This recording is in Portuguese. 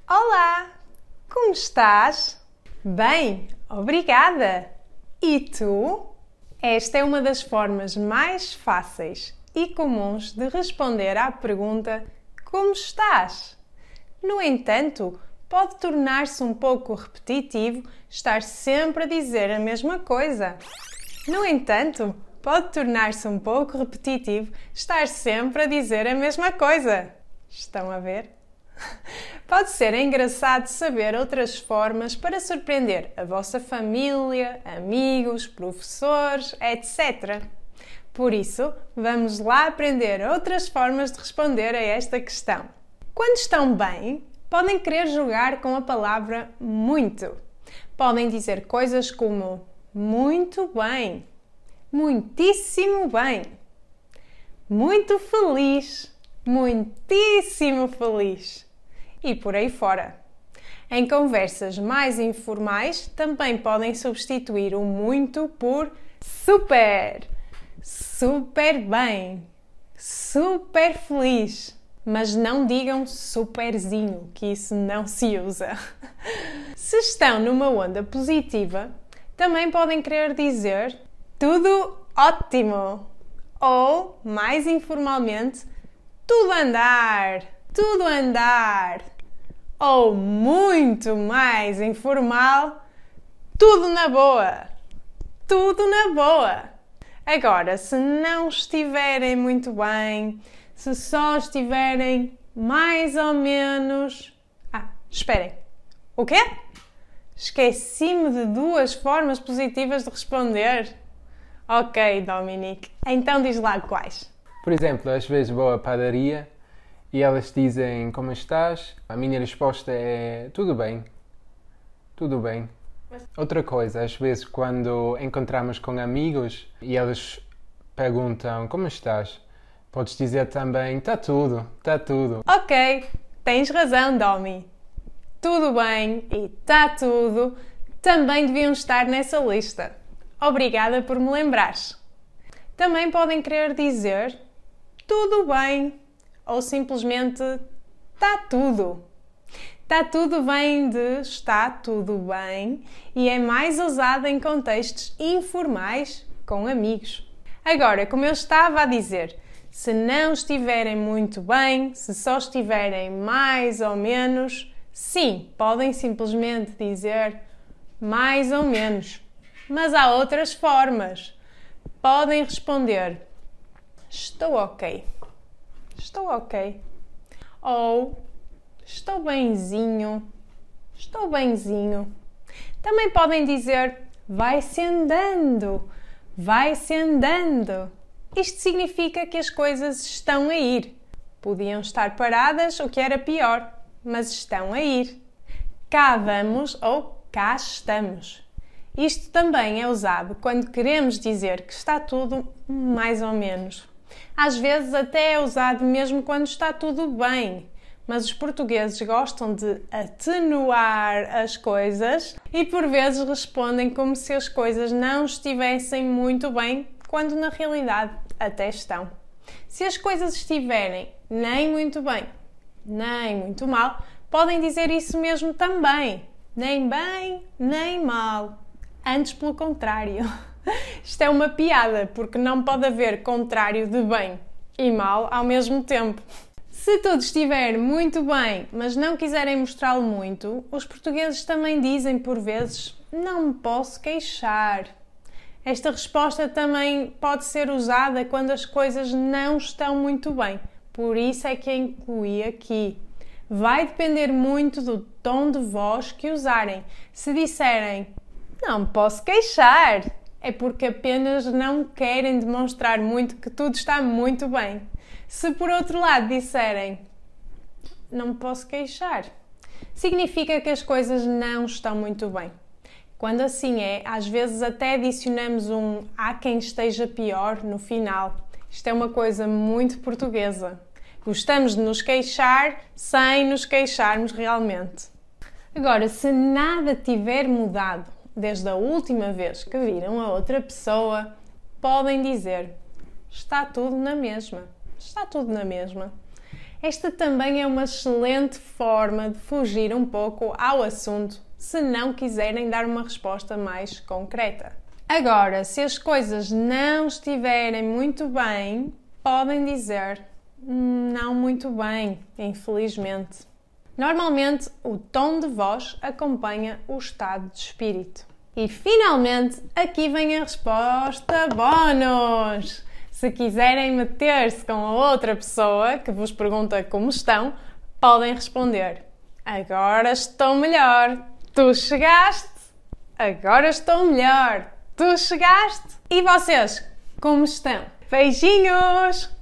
Olá! Como estás? Bem, obrigada! E tu? Esta é uma das formas mais fáceis e comuns de responder à pergunta como estás? No entanto, pode tornar-se um pouco repetitivo estar sempre a dizer a mesma coisa. Estão a ver? Pode ser engraçado saber outras formas para surpreender a vossa família, amigos, professores, etc. Por isso, vamos lá aprender outras formas de responder a esta questão. Quando estão bem, podem querer jogar com a palavra muito. Podem dizer coisas como muito bem, muitíssimo bem, muito feliz, muitíssimo feliz e por aí fora. Em conversas mais informais, também podem substituir o muito por super, super bem, super feliz. Mas não digam superzinho, que isso não se usa. Se estão numa onda positiva, também podem querer dizer tudo ótimo ou, mais informalmente, tudo a andar. Ou, muito mais informal, tudo na boa. Agora, se não estiverem muito bem, se só estiverem mais ou menos... esperem. O quê? Esqueci-me de duas formas positivas de responder. Ok, Dominique. Então diz lá quais. Por exemplo, às vezes vou à padaria e elas dizem como estás? A minha resposta é tudo bem. Outra coisa, às vezes quando encontramos com amigos e eles perguntam como estás? Podes dizer também tá tudo. Ok, tens razão, Domi. Tudo bem e tá tudo também deviam estar nessa lista. Obrigada por me lembrares. Também podem querer dizer tudo bem ou simplesmente tá tudo. Tá tudo vem de está tudo bem e é mais usado em contextos informais com amigos. Agora, como eu estava a dizer, se não estiverem muito bem, se só estiverem mais ou menos, sim, podem simplesmente dizer mais ou menos. Mas há outras formas. Podem responder estou ok. Ou estou benzinho. Também podem dizer vai-se andando. Isto significa que as coisas estão a ir. Podiam estar paradas, o que era pior, mas estão a ir. Cá vamos ou cá estamos. Isto também é usado quando queremos dizer que está tudo mais ou menos. Às vezes até é usado mesmo quando está tudo bem, mas os portugueses gostam de atenuar as coisas e por vezes respondem como se as coisas não estivessem muito bem, quando na realidade até estão. Se as coisas estiverem nem muito bem, nem muito mal, podem dizer isso mesmo também. Nem bem, nem mal. Antes pelo contrário. Isto é uma piada, porque não pode haver contrário de bem e mal ao mesmo tempo. Se tudo estiver muito bem, mas não quiserem mostrá-lo muito, os portugueses também dizem por vezes não me posso queixar. Esta resposta também pode ser usada quando as coisas não estão muito bem. Por isso é que a incluí aqui. Vai depender muito do tom de voz que usarem. Se disserem não me posso queixar, é porque apenas não querem demonstrar muito que tudo está muito bem. Se por outro lado disserem não me posso queixar, significa que as coisas não estão muito bem. Quando assim é, às vezes até adicionamos há quem esteja pior no final. Isto é uma coisa muito portuguesa. Gostamos de nos queixar sem nos queixarmos realmente. Agora, se nada tiver mudado desde a última vez que viram a outra pessoa, podem dizer está tudo na mesma. Esta também é uma excelente forma de fugir um pouco ao assunto, se não quiserem dar uma resposta mais concreta. Agora, se as coisas não estiverem muito bem, podem dizer não muito bem, infelizmente. Normalmente, o tom de voz acompanha o estado de espírito. E, finalmente, aqui vem a resposta bónus! Se quiserem meter-se com a outra pessoa que vos pergunta como estão, podem responder: agora estou melhor. Tu chegaste? Agora estou melhor. Tu chegaste? E vocês, como estão? Beijinhos!